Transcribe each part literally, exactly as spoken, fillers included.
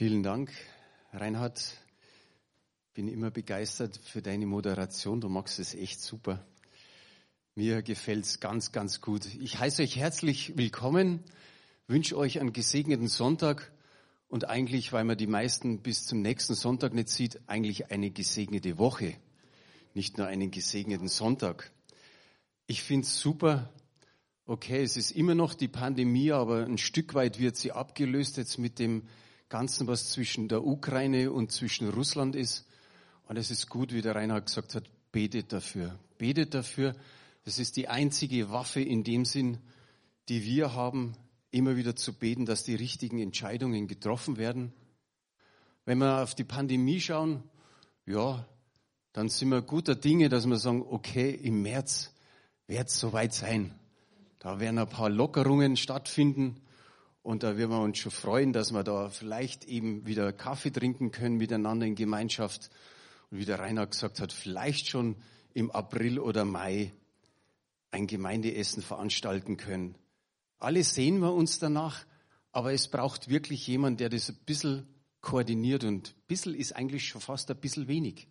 Vielen Dank, Reinhard. Bin immer begeistert für deine Moderation. Du machst es echt super. Mir gefällt es ganz, ganz gut. Ich heiße euch herzlich willkommen, wünsche euch einen gesegneten Sonntag und eigentlich, weil man die meisten bis zum nächsten Sonntag nicht sieht, eigentlich eine gesegnete Woche, nicht nur einen gesegneten Sonntag. Ich finde es super. Okay, es ist immer noch die Pandemie, aber ein Stück weit wird sie abgelöst jetzt mit dem Ganzen, was zwischen der Ukraine und zwischen Russland ist. Und es ist gut, wie der Reinhard gesagt hat, betet dafür. Betet dafür. Das ist die einzige Waffe in dem Sinn, die wir haben, immer wieder zu beten, dass die richtigen Entscheidungen getroffen werden. Wenn wir auf die Pandemie schauen, ja, dann sind wir guter Dinge, dass wir sagen, okay, im März wird es soweit sein. Da werden ein paar Lockerungen stattfinden und da werden wir uns schon freuen, dass wir da vielleicht eben wieder Kaffee trinken können miteinander in Gemeinschaft. Und wie der Reinhard gesagt hat, vielleicht schon im April oder Mai ein Gemeindeessen veranstalten können. Alle sehen wir uns danach, aber es braucht wirklich jemanden, der das ein bisschen koordiniert und ein bisschen ist eigentlich schon fast ein bisschen wenig.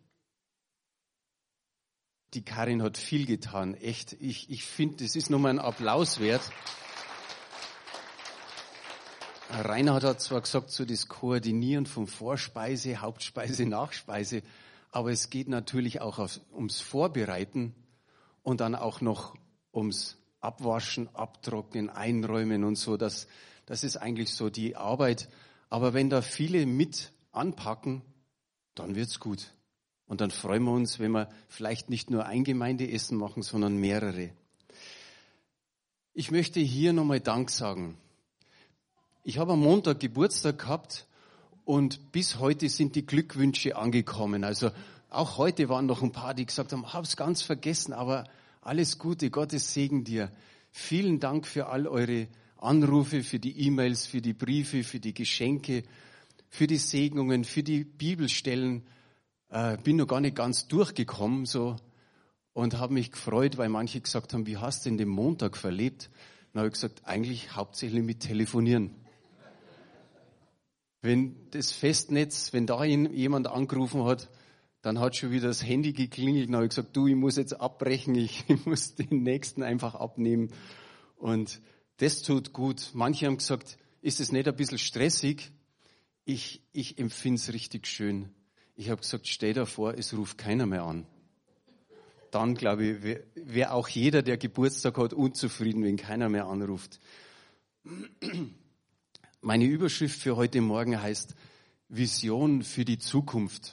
Die Karin hat viel getan, echt. Ich, ich finde, das ist nochmal ein Applaus wert. Reinhard hat zwar gesagt, so das Koordinieren von Vorspeise, Hauptspeise, Nachspeise, aber es geht natürlich auch auf, ums Vorbereiten und dann auch noch ums Abwaschen, Abtrocknen, Einräumen und so. Das, das ist eigentlich so die Arbeit. Aber wenn da viele mit anpacken, dann wird's gut. Und dann freuen wir uns, wenn wir vielleicht nicht nur ein Gemeindeessen machen, sondern mehrere. Ich möchte hier nochmal Dank sagen. Ich habe am Montag Geburtstag gehabt und bis heute sind die Glückwünsche angekommen. Also auch heute waren noch ein paar, die gesagt haben, hab's ganz vergessen, aber alles Gute, Gottes Segen dir. Vielen Dank für all eure Anrufe, für die E-Mails, für die Briefe, für die Geschenke, für die Segnungen, für die Bibelstellen. Äh, bin noch gar nicht ganz durchgekommen so und habe mich gefreut, weil manche gesagt haben, wie hast du denn den Montag verlebt? Dann habe ich gesagt, eigentlich hauptsächlich mit Telefonieren. Wenn das Festnetz, wenn da jemand angerufen hat, dann hat schon wieder das Handy geklingelt. Dann habe ich gesagt, du, ich muss jetzt abbrechen, ich, ich muss den nächsten einfach abnehmen. Und das tut gut. Manche haben gesagt, ist es nicht ein bisschen stressig? Ich, ich empfinde es richtig schön. Ich habe gesagt, stell dir vor, es ruft keiner mehr an. Dann, glaube ich, wäre wär auch jeder, der Geburtstag hat, unzufrieden, wenn keiner mehr anruft. Meine Überschrift für heute Morgen heißt Vision für die Zukunft.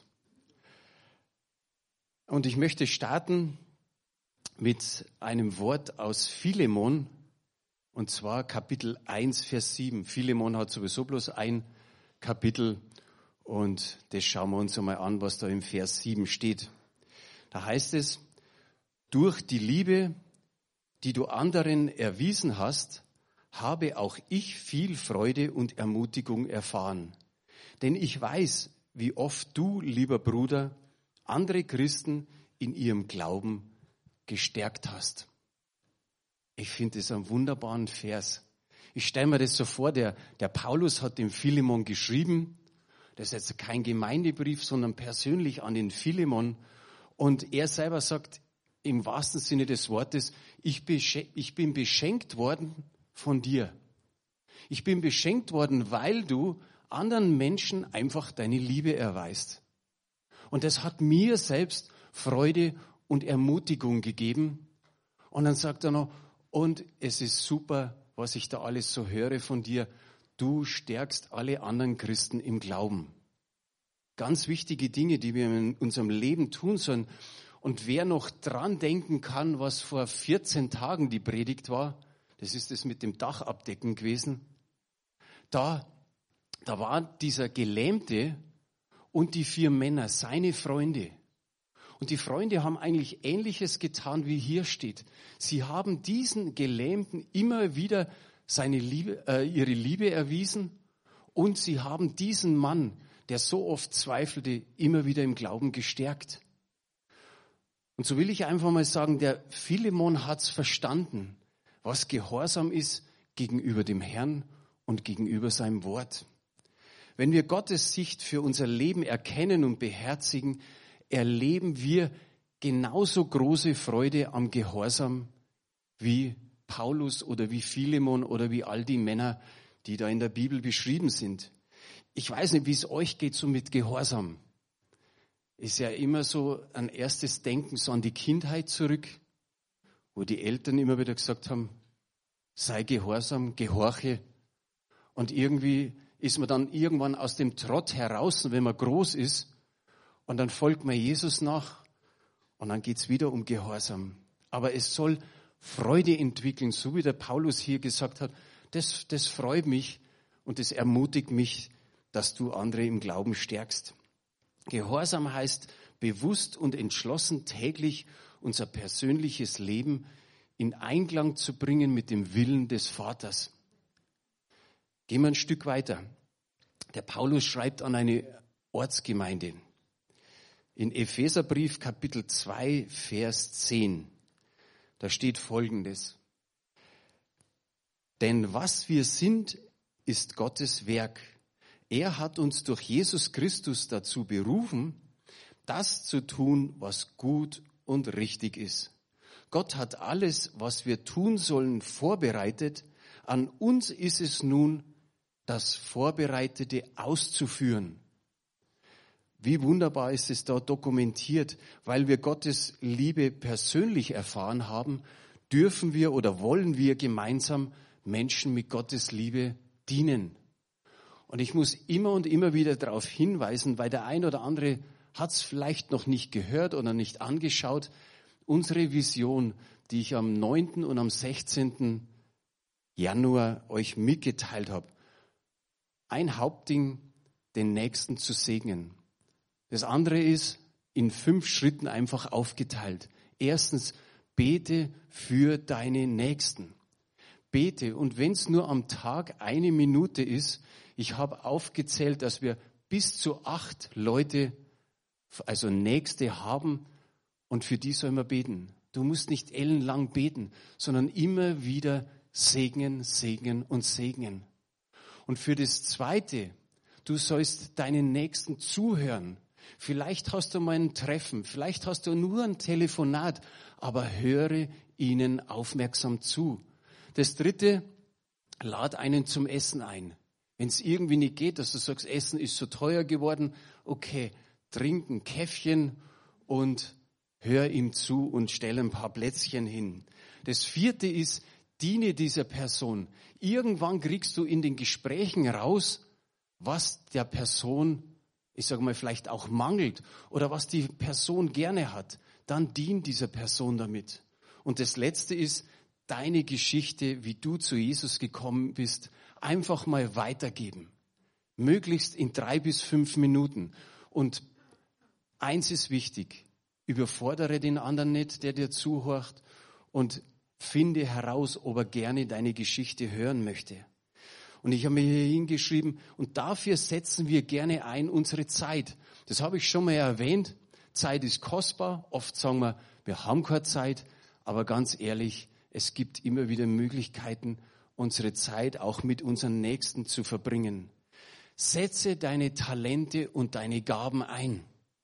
Und ich möchte starten mit einem Wort aus Philemon, und zwar Kapitel eins, Vers sieben. Philemon hat sowieso bloß ein Kapitel. Und das schauen wir uns einmal an, was da im Vers sieben steht. Da heißt es, durch die Liebe, die du anderen erwiesen hast, habe auch ich viel Freude und Ermutigung erfahren. Denn ich weiß, wie oft du, lieber Bruder, andere Christen in ihrem Glauben gestärkt hast. Ich finde das einen wunderbaren Vers. Ich stelle mir das so vor, der, der Paulus hat dem Philemon geschrieben. Das ist jetzt kein Gemeindebrief, sondern persönlich an den Philemon. Und er selber sagt im wahrsten Sinne des Wortes, ich, beschen- ich bin beschenkt worden von dir. Ich bin beschenkt worden, weil du anderen Menschen einfach deine Liebe erweist. Und das hat mir selbst Freude und Ermutigung gegeben. Und dann sagt er noch, und es ist super, was ich da alles so höre von dir. Du stärkst alle anderen Christen im Glauben. Ganz wichtige Dinge, die wir in unserem Leben tun sollen. Und wer noch dran denken kann, was vor vierzehn Tagen die Predigt war, das ist das mit dem Dach abdecken gewesen, da, da war dieser Gelähmte und die vier Männer, seine Freunde. Und die Freunde haben eigentlich Ähnliches getan, wie hier steht. Sie haben diesen Gelähmten immer wieder seine Liebe, äh, ihre Liebe erwiesen und sie haben diesen Mann, der so oft zweifelte, immer wieder im Glauben gestärkt. Und so will ich einfach mal sagen, der Philemon hat's verstanden, was Gehorsam ist gegenüber dem Herrn und gegenüber seinem Wort. Wenn wir Gottes Sicht für unser Leben erkennen und beherzigen, erleben wir genauso große Freude am Gehorsam wie Paulus oder wie Philemon oder wie all die Männer, die da in der Bibel beschrieben sind. Ich weiß nicht, wie es euch geht so mit Gehorsam. Ist ja immer so ein erstes Denken so an die Kindheit zurück, wo die Eltern immer wieder gesagt haben, sei gehorsam, gehorche. Und irgendwie ist man dann irgendwann aus dem Trott heraus, wenn man groß ist, und dann folgt man Jesus nach und dann geht's wieder um Gehorsam. Aber es soll Freude entwickeln, so wie der Paulus hier gesagt hat, das, das freut mich und das ermutigt mich, dass du andere im Glauben stärkst. Gehorsam heißt, bewusst und entschlossen täglich unser persönliches Leben in Einklang zu bringen mit dem Willen des Vaters. Gehen wir ein Stück weiter. Der Paulus schreibt an eine Ortsgemeinde. In Epheserbrief Kapitel zwei, Vers zehn. Da steht Folgendes. Denn was wir sind, ist Gottes Werk. Er hat uns durch Jesus Christus dazu berufen, das zu tun, was gut und richtig ist. Gott hat alles, was wir tun sollen, vorbereitet. An uns ist es nun, das Vorbereitete auszuführen. Wie wunderbar ist es da dokumentiert, weil wir Gottes Liebe persönlich erfahren haben, dürfen wir oder wollen wir gemeinsam Menschen mit Gottes Liebe dienen. Und ich muss immer und immer wieder darauf hinweisen, weil der ein oder andere hat es vielleicht noch nicht gehört oder nicht angeschaut. Unsere Vision, die ich am neunten und am sechzehnten Januar euch mitgeteilt habe. Ein Hauptding, den Nächsten zu segnen. Das andere ist in fünf Schritten einfach aufgeteilt. Erstens, bete für deine Nächsten. Bete, und wenn es nur am Tag eine Minute ist, ich habe aufgezählt, dass wir bis zu acht Leute, also Nächste haben, und für die sollen wir beten. Du musst nicht ellenlang beten, sondern immer wieder segnen, segnen und segnen. Und für das Zweite, du sollst deinen Nächsten zuhören. Vielleicht hast du mal ein Treffen, vielleicht hast du nur ein Telefonat, aber höre ihnen aufmerksam zu. Das Dritte, lad einen zum Essen ein. Wenn es irgendwie nicht geht, dass du sagst, Essen ist so teuer geworden, okay, trink ein Käffchen und hör ihm zu und stell ein paar Plätzchen hin. Das Vierte ist, diene dieser Person. Irgendwann kriegst du in den Gesprächen raus, was der Person, ich sage mal, vielleicht auch mangelt oder was die Person gerne hat. Dann dien dieser Person damit. Und das Letzte ist, deine Geschichte, wie du zu Jesus gekommen bist, einfach mal weitergeben. Möglichst in drei bis fünf Minuten. Und eins ist wichtig, überfordere den anderen nicht, der dir zuhört, und finde heraus, ob er gerne deine Geschichte hören möchte. Und ich habe mir hier hingeschrieben, und dafür setzen wir gerne ein unsere Zeit. Das habe ich schon mal erwähnt. Zeit ist kostbar. Oft sagen wir, wir haben keine Zeit. Aber ganz ehrlich, es gibt immer wieder Möglichkeiten, unsere Zeit auch mit unseren Nächsten zu verbringen. Setze deine Talente und deine Gaben ein.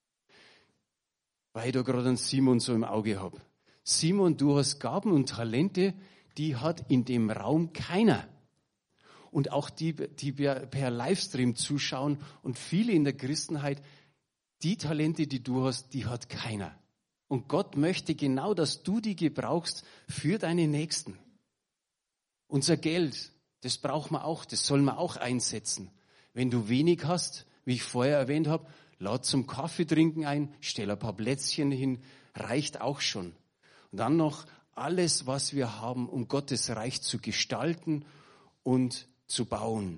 Weil ich da gerade einen Simon so im Auge habe. Simon, du hast Gaben und Talente, die hat in dem Raum keiner. Und auch die, die per Livestream zuschauen und viele in der Christenheit, die Talente, die du hast, die hat keiner. Und Gott möchte genau, dass du die gebrauchst für deine Nächsten. Unser Geld, das brauchen wir auch, das sollen wir auch einsetzen. Wenn du wenig hast, wie ich vorher erwähnt habe, lad zum Kaffee trinken ein, stell ein paar Plätzchen hin, reicht auch schon. Und dann noch alles, was wir haben, um Gottes Reich zu gestalten und zu bauen.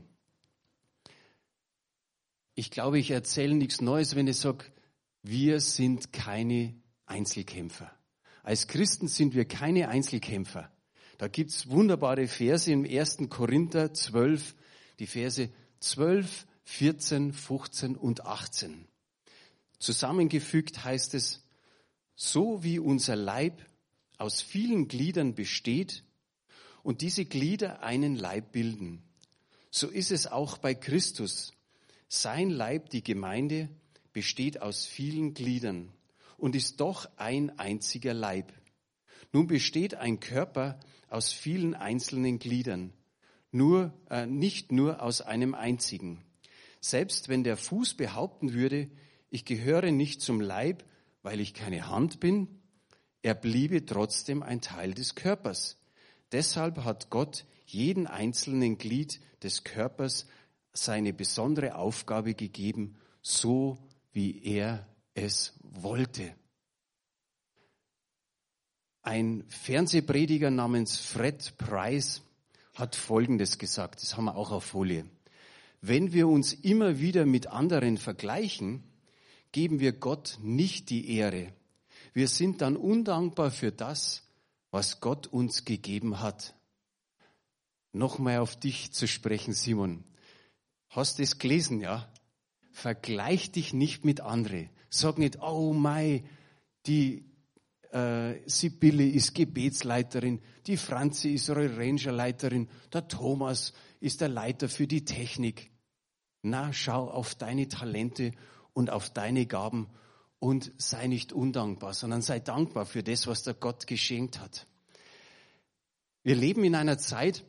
Ich glaube, ich erzähle nichts Neues, wenn ich sage, wir sind keine Einzelkämpfer. Als Christen sind wir keine Einzelkämpfer. Da gibt's wunderbare Verse im ersten Korinther zwölf, die Verse zwölf, vierzehn, fünfzehn und achtzehn. Zusammengefügt heißt es, so wie unser Leib aus vielen Gliedern besteht und diese Glieder einen Leib bilden, so ist es auch bei Christus. Sein Leib, die Gemeinde, besteht aus vielen Gliedern und ist doch ein einziger Leib. Nun besteht ein Körper aus vielen einzelnen Gliedern, nur, äh, nicht nur aus einem einzigen. Selbst wenn der Fuß behaupten würde, ich gehöre nicht zum Leib, weil ich keine Hand bin, er bliebe trotzdem ein Teil des Körpers. Deshalb hat Gott jeden einzelnen Glied des Körpers seine besondere Aufgabe gegeben, so wie er es wollte. Ein Fernsehprediger namens Fred Price hat Folgendes gesagt, das haben wir auch auf Folie. Wenn wir uns immer wieder mit anderen vergleichen, geben wir Gott nicht die Ehre. Wir sind dann undankbar für das, was Gott uns gegeben hat. Nochmal auf dich zu sprechen, Simon. Hast du es gelesen, ja? Vergleich dich nicht mit anderen. Sag nicht, oh mei, die äh, Sibylle ist Gebetsleiterin, die Franzi ist Rangerleiterin, der Thomas ist der Leiter für die Technik. Na, schau auf deine Talente und auf deine Gaben und sei nicht undankbar, sondern sei dankbar für das, was der Gott geschenkt hat. Wir leben in einer Zeit,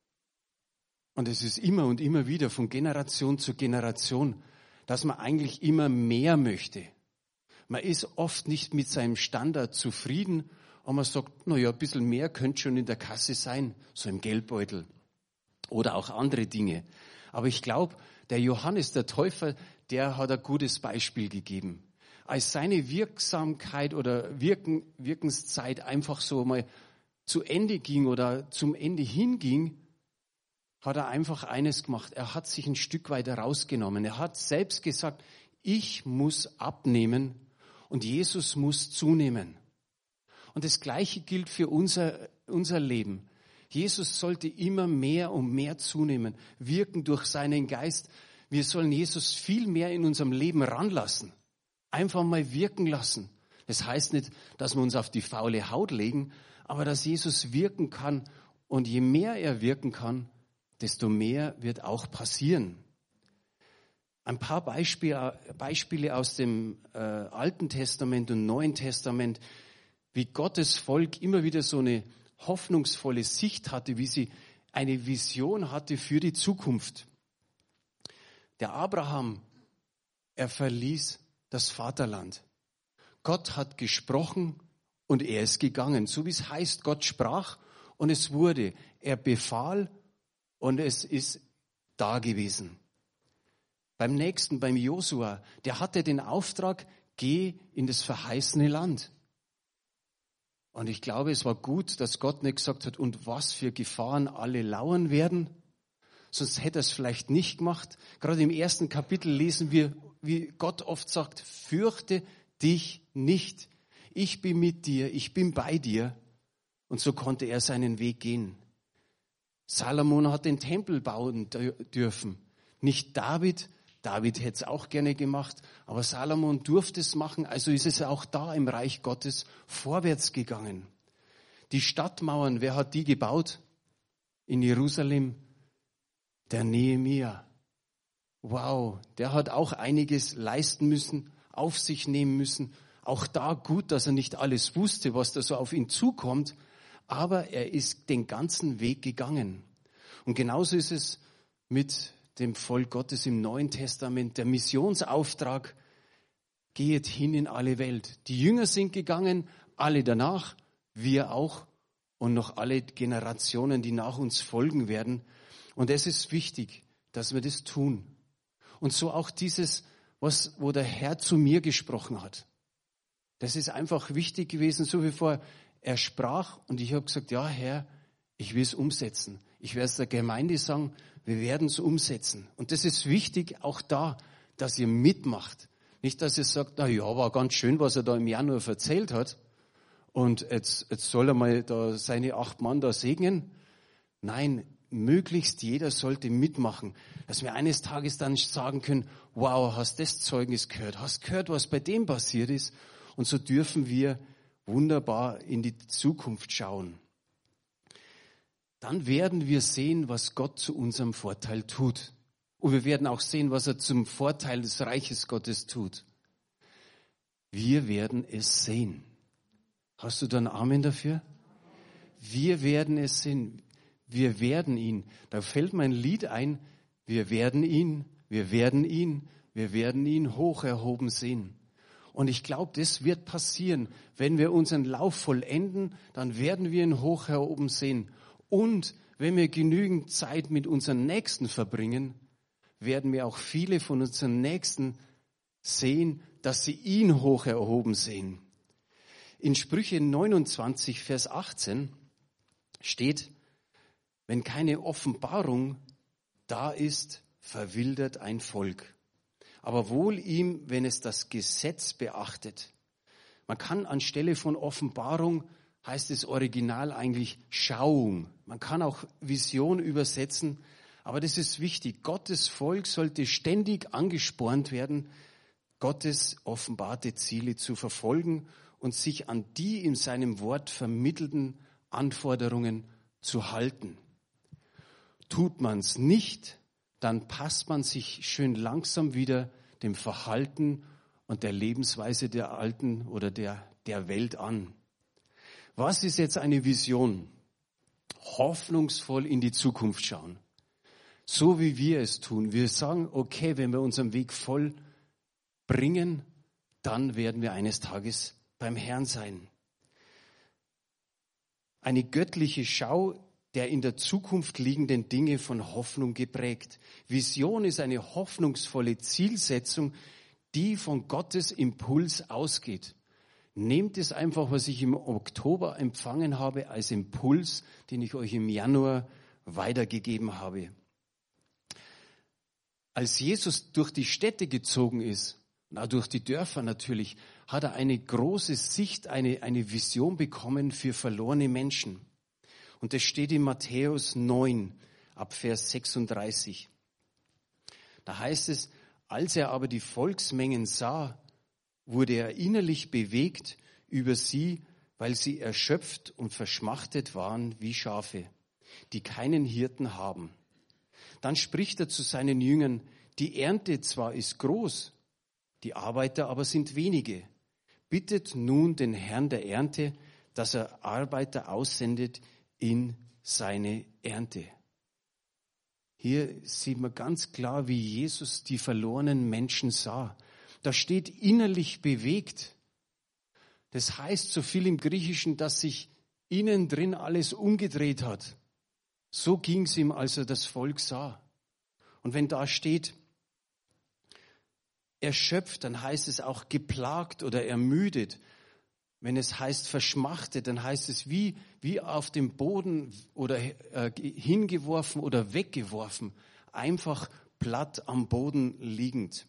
und es ist immer und immer wieder von Generation zu Generation, dass man eigentlich immer mehr möchte. Man ist oft nicht mit seinem Standard zufrieden, und man sagt, na ja, ein bisschen mehr könnte schon in der Kasse sein, so im Geldbeutel oder auch andere Dinge. Aber ich glaube, der Johannes, der Täufer, der hat ein gutes Beispiel gegeben. Als seine Wirksamkeit oder Wirken, Wirkenszeit einfach so mal zu Ende ging oder zum Ende hinging, hat er einfach eines gemacht. Er hat sich ein Stück weiter rausgenommen. Er hat selbst gesagt, ich muss abnehmen und Jesus muss zunehmen. Und das Gleiche gilt für unser, unser Leben. Jesus sollte immer mehr und mehr zunehmen, wirken durch seinen Geist. Wir sollen Jesus viel mehr in unserem Leben ranlassen. Einfach mal wirken lassen. Das heißt nicht, dass wir uns auf die faule Haut legen, aber dass Jesus wirken kann. Und je mehr er wirken kann, desto mehr wird auch passieren. Ein paar Beispiele, Beispiele aus dem äh, Alten Testament und Neuen Testament, wie Gottes Volk immer wieder so eine hoffnungsvolle Sicht hatte, wie sie eine Vision hatte für die Zukunft. Der Abraham, er verließ das Vaterland. Gott hat gesprochen und er ist gegangen. So wie es heißt, Gott sprach und es wurde. Er befahl und es ist da gewesen. Beim nächsten, beim Josua, der hatte den Auftrag, geh in das verheißene Land. Und ich glaube, es war gut, dass Gott nicht gesagt hat, und was für Gefahren alle lauern werden. Sonst hätte er es vielleicht nicht gemacht. Gerade im ersten Kapitel lesen wir, wie Gott oft sagt, fürchte dich nicht. Ich bin mit dir, ich bin bei dir. Und so konnte er seinen Weg gehen. Salomon hat den Tempel bauen dürfen. Nicht David. David hätte es auch gerne gemacht, aber Salomon durfte es machen, also ist es auch da im Reich Gottes vorwärts gegangen. Die Stadtmauern, wer hat die gebaut? In Jerusalem? Der Nehemia. Wow, der hat auch einiges leisten müssen, auf sich nehmen müssen. Auch da gut, dass er nicht alles wusste, was da so auf ihn zukommt, aber er ist den ganzen Weg gegangen. Und genauso ist es mit dem Volk Gottes im Neuen Testament. Der Missionsauftrag, geht hin in alle Welt. Die Jünger sind gegangen, alle danach, wir auch und noch alle Generationen, die nach uns folgen werden. Und es ist wichtig, dass wir das tun. Und so auch dieses, was, wo der Herr zu mir gesprochen hat. Das ist einfach wichtig gewesen, so wie vor er sprach und ich habe gesagt, ja Herr, ich will es umsetzen. Ich werde es der Gemeinde sagen, wir werden es umsetzen. Und das ist wichtig, auch da, dass ihr mitmacht. Nicht, dass ihr sagt, na ja, war ganz schön, was er da im Januar erzählt hat. Und jetzt, jetzt soll er mal da seine acht Mann da segnen. Nein, möglichst jeder sollte mitmachen. Dass wir eines Tages dann sagen können, wow, hast das Zeugnis gehört? Hast gehört, was bei dem passiert ist? Und so dürfen wir wunderbar in die Zukunft schauen. Dann werden wir sehen, was Gott zu unserem Vorteil tut. Und wir werden auch sehen, was er zum Vorteil des Reiches Gottes tut. Wir werden es sehen. Hast du da ein Amen dafür? Wir werden es sehen. Wir werden ihn. Da fällt mir ein Lied ein. Wir werden ihn, wir werden ihn, wir werden ihn hoch erhoben sehen. Und ich glaube, das wird passieren. Wenn wir unseren Lauf vollenden, dann werden wir ihn hoch erhoben sehen. Und wenn wir genügend Zeit mit unseren Nächsten verbringen, werden wir auch viele von unseren Nächsten sehen, dass sie ihn hoch erhoben sehen. In Sprüche neunundzwanzig, Vers achtzehn steht, wenn keine Offenbarung da ist, verwildert ein Volk. Aber wohl ihm, wenn es das Gesetz beachtet. Man kann anstelle von Offenbarung, heißt es original eigentlich Schauung. Man kann auch Vision übersetzen, aber das ist wichtig. Gottes Volk sollte ständig angespornt werden, Gottes offenbarte Ziele zu verfolgen und sich an die in seinem Wort vermittelten Anforderungen zu halten. Tut man es nicht, dann passt man sich schön langsam wieder dem Verhalten und der Lebensweise der Alten oder der, der Welt an. Was ist jetzt eine Vision? Hoffnungsvoll in die Zukunft schauen. So wie wir es tun. Wir sagen, okay, wenn wir unseren Weg voll bringen, dann werden wir eines Tages beim Herrn sein. Eine göttliche Schau der in der Zukunft liegenden Dinge von Hoffnung geprägt. Vision ist eine hoffnungsvolle Zielsetzung, die von Gottes Impuls ausgeht. Nehmt es einfach, was ich im Oktober empfangen habe, als Impuls, den ich euch im Januar weitergegeben habe. Als Jesus durch die Städte gezogen ist, na, durch die Dörfer natürlich, hat er eine große Sicht, eine, eine Vision bekommen für verlorene Menschen. Und das steht in Matthäus neun, ab Vers sechsunddreißig. Da heißt es, als er aber die Volksmengen sah, wurde er innerlich bewegt über sie, weil sie erschöpft und verschmachtet waren wie Schafe, die keinen Hirten haben. Dann spricht er zu seinen Jüngern, die Ernte zwar ist groß, die Arbeiter aber sind wenige. Bittet nun den Herrn der Ernte, dass er Arbeiter aussendet in seine Ernte. Hier sieht man ganz klar, wie Jesus die verlorenen Menschen sah. Da steht innerlich bewegt. Das heißt so viel im Griechischen, dass sich innen drin alles umgedreht hat. So ging es ihm, als er das Volk sah. Und wenn da steht, erschöpft, dann heißt es auch geplagt oder ermüdet. Wenn es heißt verschmachtet, dann heißt es wie, wie auf dem Boden oder äh, hingeworfen oder weggeworfen. Einfach platt am Boden liegend.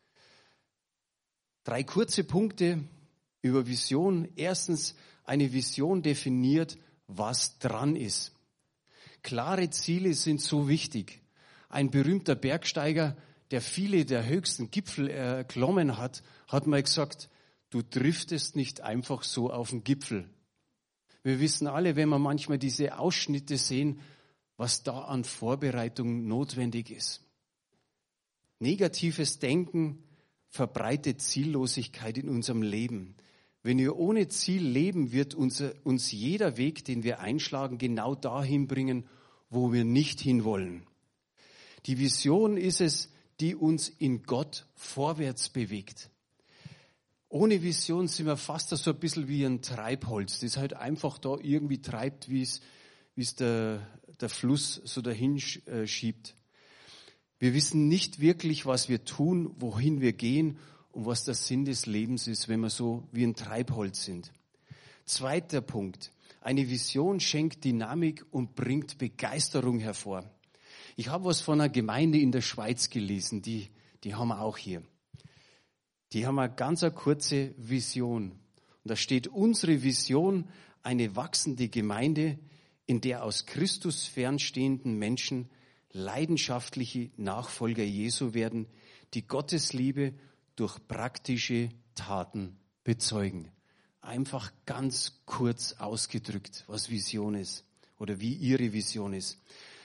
Drei kurze Punkte über Vision. Erstens, eine Vision definiert, was dran ist. Klare Ziele sind so wichtig. Ein berühmter Bergsteiger, der viele der höchsten Gipfel erklommen hat, hat mal gesagt, du driftest nicht einfach so auf den Gipfel. Wir wissen alle, wenn wir manchmal diese Ausschnitte sehen, was da an Vorbereitung notwendig ist. Negatives Denken verbreitet Ziellosigkeit in unserem Leben. Wenn wir ohne Ziel leben, wird unser, uns jeder Weg, den wir einschlagen, genau dahin bringen, wo wir nicht hinwollen. Die Vision ist es, die uns in Gott vorwärts bewegt. Ohne Vision sind wir fast so ein bisschen wie ein Treibholz, das halt einfach da irgendwie treibt, wie es, wie es der, der Fluss so dahin schiebt. Wir wissen nicht wirklich, was wir tun, wohin wir gehen und was der Sinn des Lebens ist, wenn wir so wie ein Treibholz sind. Zweiter Punkt. Eine Vision schenkt Dynamik und bringt Begeisterung hervor. Ich habe was von einer Gemeinde in der Schweiz gelesen, die, die haben wir auch hier. Die haben eine ganz eine kurze Vision. Und da steht, unsere Vision, eine wachsende Gemeinde, in der aus Christus fernstehenden Menschen leidenschaftliche Nachfolger Jesu werden, die Gottes Liebe durch praktische Taten bezeugen. Einfach ganz kurz ausgedrückt, was Vision ist oder wie ihre Vision ist.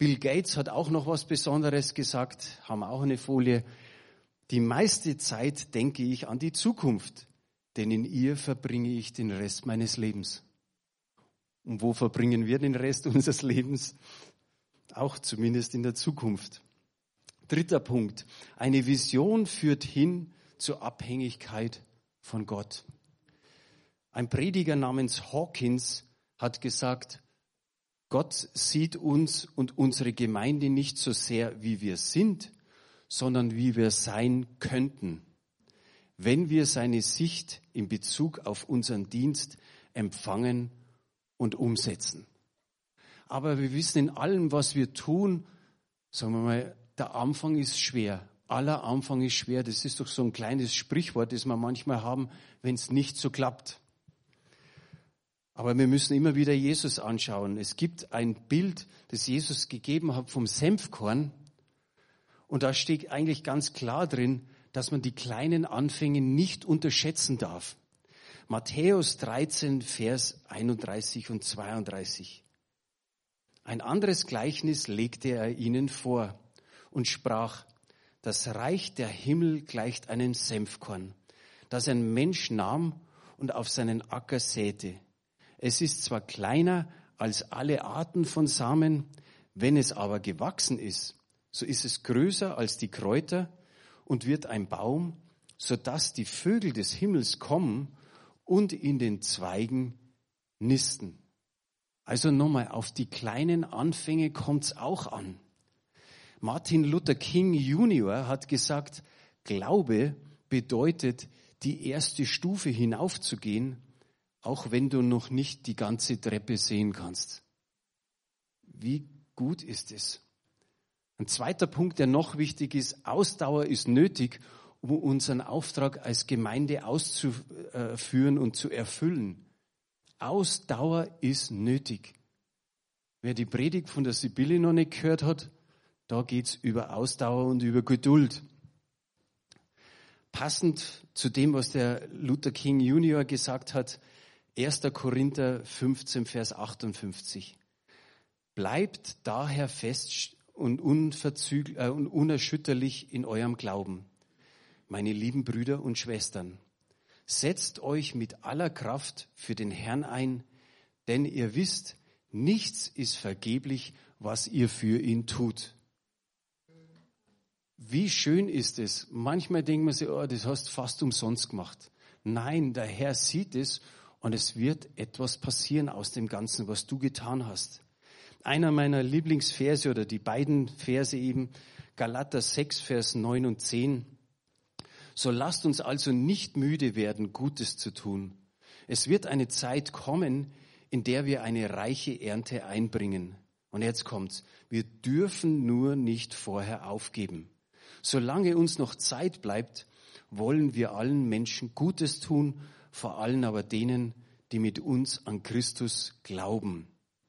Bill Gates hat auch noch was Besonderes gesagt, haben auch eine Folie. Die meiste Zeit denke ich an die Zukunft, denn in ihr verbringe ich den Rest meines Lebens. Und wo verbringen wir den Rest unseres Lebens? Auch zumindest in der Zukunft. Dritter Punkt. Eine Vision führt hin zur Abhängigkeit von Gott. Ein Prediger namens Hawkins hat gesagt, Gott sieht uns und unsere Gemeinde nicht so sehr, wie wir sind, sondern wie wir sein könnten, wenn wir seine Sicht in Bezug auf unseren Dienst empfangen und umsetzen. Aber wir wissen, in allem, was wir tun, sagen wir mal, der Anfang ist schwer. Aller Anfang ist schwer. Das ist doch so ein kleines Sprichwort, das wir manchmal haben, wenn es nicht so klappt. Aber wir müssen immer wieder Jesus anschauen. Es gibt ein Bild, das Jesus gegeben hat vom Senfkorn. Und da steht eigentlich ganz klar drin, dass man die kleinen Anfänge nicht unterschätzen darf. Matthäus dreizehn, Vers einunddreißig und zweiunddreißig. Ein anderes Gleichnis legte er ihnen vor und sprach, das Reich der Himmel gleicht einem Senfkorn, das ein Mensch nahm und auf seinen Acker säte. Es ist zwar kleiner als alle Arten von Samen, wenn es aber gewachsen ist, so ist es größer als die Kräuter und wird ein Baum, sodass die Vögel des Himmels kommen und in den Zweigen nisten. Also nochmal, auf die kleinen Anfänge kommt es auch an. Martin Luther King Junior hat gesagt, Glaube bedeutet, die erste Stufe hinaufzugehen, auch wenn du noch nicht die ganze Treppe sehen kannst. Wie gut ist es? Ein zweiter Punkt, der noch wichtig ist, Ausdauer ist nötig, um unseren Auftrag als Gemeinde auszuführen und zu erfüllen. Ausdauer ist nötig. Wer die Predigt von der Sibylle noch nicht gehört hat, da geht's über Ausdauer und über Geduld. Passend zu dem, was der Luther King Junior gesagt hat, erster Korinther fünfzehn, Vers achtundfünfzig. Bleibt daher fest und unverzüglich äh, und unerschütterlich in eurem Glauben, meine lieben Brüder und Schwestern. Setzt euch mit aller Kraft für den Herrn ein, denn ihr wisst, nichts ist vergeblich, was ihr für ihn tut. Wie schön ist es. Manchmal denkt man sich, oh, das hast du fast umsonst gemacht. Nein, der Herr sieht es und es wird etwas passieren aus dem Ganzen, was du getan hast. Einer meiner Lieblingsverse oder die beiden Verse eben, Galater sechs, Vers neun und zehn. So lasst uns also nicht müde werden, Gutes zu tun. Es wird eine Zeit kommen, in der wir eine reiche Ernte einbringen. Und jetzt kommt's. Wir dürfen nur nicht vorher aufgeben. Solange uns noch Zeit bleibt, wollen wir allen Menschen Gutes tun, vor allem aber denen, die mit uns an Christus glauben.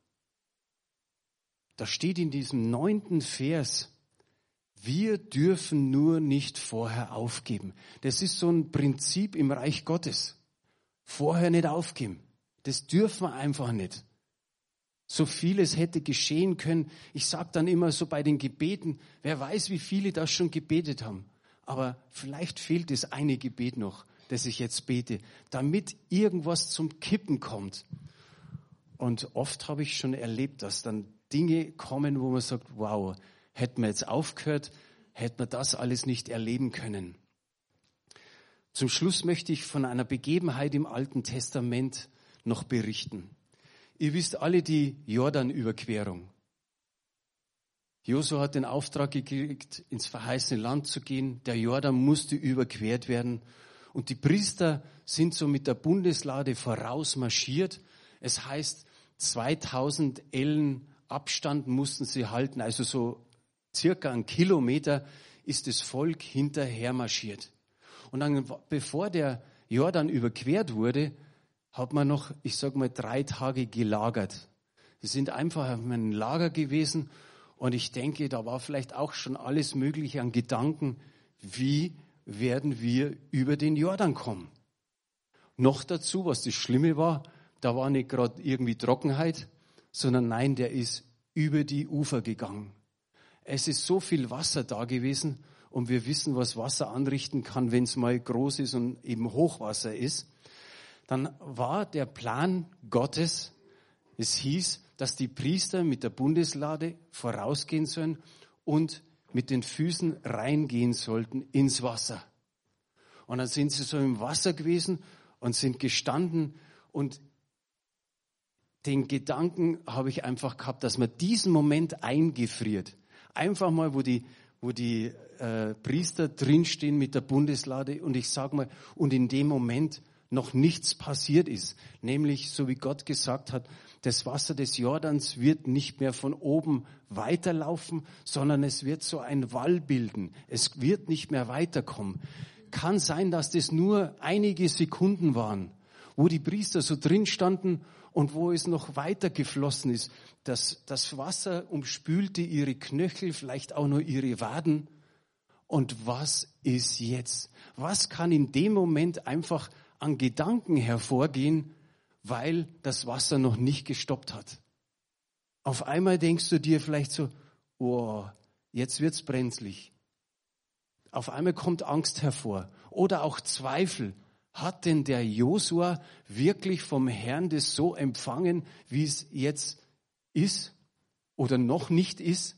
Da steht in diesem neunten Vers, wir dürfen nur nicht vorher aufgeben. Das ist so ein Prinzip im Reich Gottes. Vorher nicht aufgeben. Das dürfen wir einfach nicht. So vieles hätte geschehen können. Ich sage dann immer so bei den Gebeten, wer weiß, wie viele das schon gebetet haben. Aber vielleicht fehlt das eine Gebet noch, das ich jetzt bete, damit irgendwas zum Kippen kommt. Und oft habe ich schon erlebt, dass dann Dinge kommen, wo man sagt, wow, hätten wir jetzt aufgehört, hätten wir das alles nicht erleben können. Zum Schluss möchte ich von einer Begebenheit im Alten Testament noch berichten. Ihr wisst alle die Jordanüberquerung. Josua hat den Auftrag gekriegt, ins verheißene Land zu gehen. Der Jordan musste überquert werden. Und die Priester sind so mit der Bundeslade voraus marschiert. Es heißt, zweitausend Ellen Abstand mussten sie halten, also so circa einen Kilometer ist das Volk hinterher marschiert. Und dann, bevor der Jordan überquert wurde, hat man noch, ich sag mal, drei Tage gelagert. Sie sind einfach auf einem Lager gewesen und ich denke, da war vielleicht auch schon alles Mögliche an Gedanken, wie werden wir über den Jordan kommen. Noch dazu, was das Schlimme war, da war nicht gerade irgendwie Trockenheit, sondern nein, der ist über die Ufer gegangen. Es ist so viel Wasser da gewesen und wir wissen, was Wasser anrichten kann, wenn es mal groß ist und eben Hochwasser ist. Dann war der Plan Gottes, es hieß, dass die Priester mit der Bundeslade vorausgehen sollen und mit den Füßen reingehen sollten ins Wasser. Und dann sind sie so im Wasser gewesen und sind gestanden und den Gedanken habe ich einfach gehabt, dass man diesen Moment eingefriert. Einfach mal, wo die, wo die äh, Priester drinstehen mit der Bundeslade und ich sage mal, und in dem Moment noch nichts passiert ist. Nämlich, so wie Gott gesagt hat, das Wasser des Jordans wird nicht mehr von oben weiterlaufen, sondern es wird so ein Wall bilden. Es wird nicht mehr weiterkommen. Kann sein, dass das nur einige Sekunden waren, wo die Priester so drin standen und wo es noch weiter geflossen ist. Das, das Wasser umspülte ihre Knöchel, vielleicht auch nur ihre Waden. Und was ist jetzt? Was kann in dem Moment einfach an Gedanken hervorgehen, weil das Wasser noch nicht gestoppt hat? Auf einmal denkst du dir vielleicht so, oh, jetzt wird's brenzlig. Auf einmal kommt Angst hervor oder auch Zweifel. Hat denn der Josua wirklich vom Herrn das so empfangen, wie es jetzt ist oder noch nicht ist?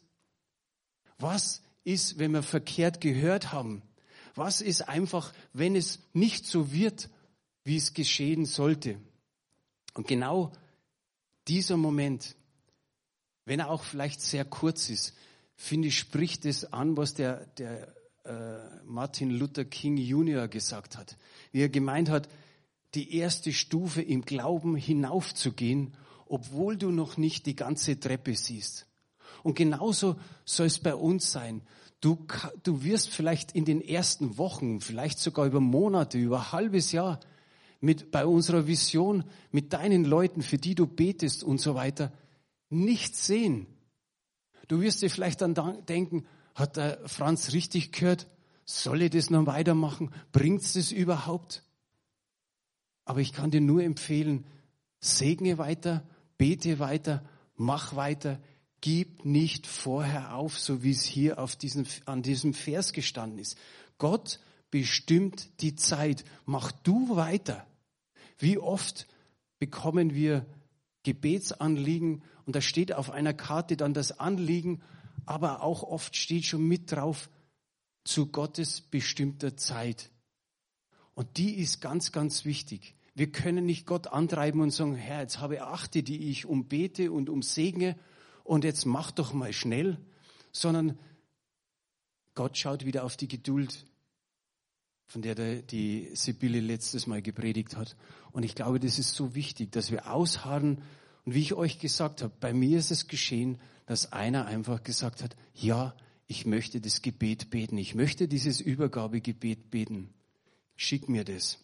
Was ist, wenn wir verkehrt gehört haben? Was ist einfach, wenn es nicht so wird, wie es geschehen sollte? Und genau dieser Moment, wenn er auch vielleicht sehr kurz ist, finde ich, spricht es an, was der, der äh, Martin Luther King Junior gesagt hat. Wie er gemeint hat, die erste Stufe im Glauben hinaufzugehen, obwohl du noch nicht die ganze Treppe siehst. Und genauso soll es bei uns sein. Du, du wirst vielleicht in den ersten Wochen, vielleicht sogar über Monate, über ein halbes Jahr, mit, bei unserer Vision, mit deinen Leuten, für die du betest und so weiter, nichts sehen. Du wirst dir vielleicht dann denken, hat der Franz richtig gehört? Soll ich das noch weitermachen? Bringt es das überhaupt? Aber ich kann dir nur empfehlen, segne weiter, bete weiter, mach weiter, gib nicht vorher auf, so wie es hier auf diesem, an diesem Vers gestanden ist. Gott bestimmt die Zeit. Mach du weiter. Wie oft bekommen wir Gebetsanliegen und da steht auf einer Karte dann das Anliegen, aber auch oft steht schon mit drauf, zu Gottes bestimmter Zeit. Und die ist ganz, ganz wichtig. Wir können nicht Gott antreiben und sagen, Herr, jetzt habe ich achte, die ich umbete und umsegne und jetzt mach doch mal schnell, sondern Gott schaut wieder auf die Geduld, von der die Sibylle letztes Mal gepredigt hat. Und ich glaube, das ist so wichtig, dass wir ausharren. Und wie ich euch gesagt habe, bei mir ist es geschehen, dass einer einfach gesagt hat, ja, ich möchte das Gebet beten. Ich möchte dieses Übergabegebet beten. Schick mir das.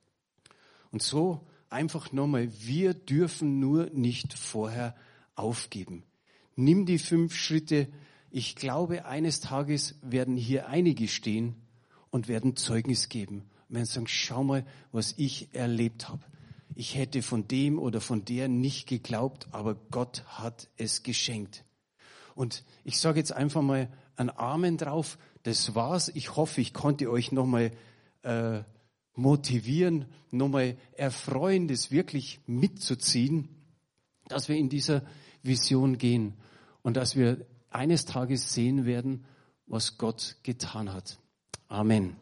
Und so einfach nochmal, wir dürfen nur nicht vorher aufgeben. Nimm die fünf Schritte. Ich glaube, eines Tages werden hier einige stehen und werden Zeugnis geben. Und werden sagen, schau mal, was ich erlebt habe. Ich hätte von dem oder von der nicht geglaubt, aber Gott hat es geschenkt. Und ich sage jetzt einfach mal ein Amen drauf. Das war's. Ich hoffe, ich konnte euch nochmal äh, motivieren, nochmal erfreuen, das wirklich mitzuziehen, dass wir in dieser Vision gehen und dass wir eines Tages sehen werden, was Gott getan hat. Amen.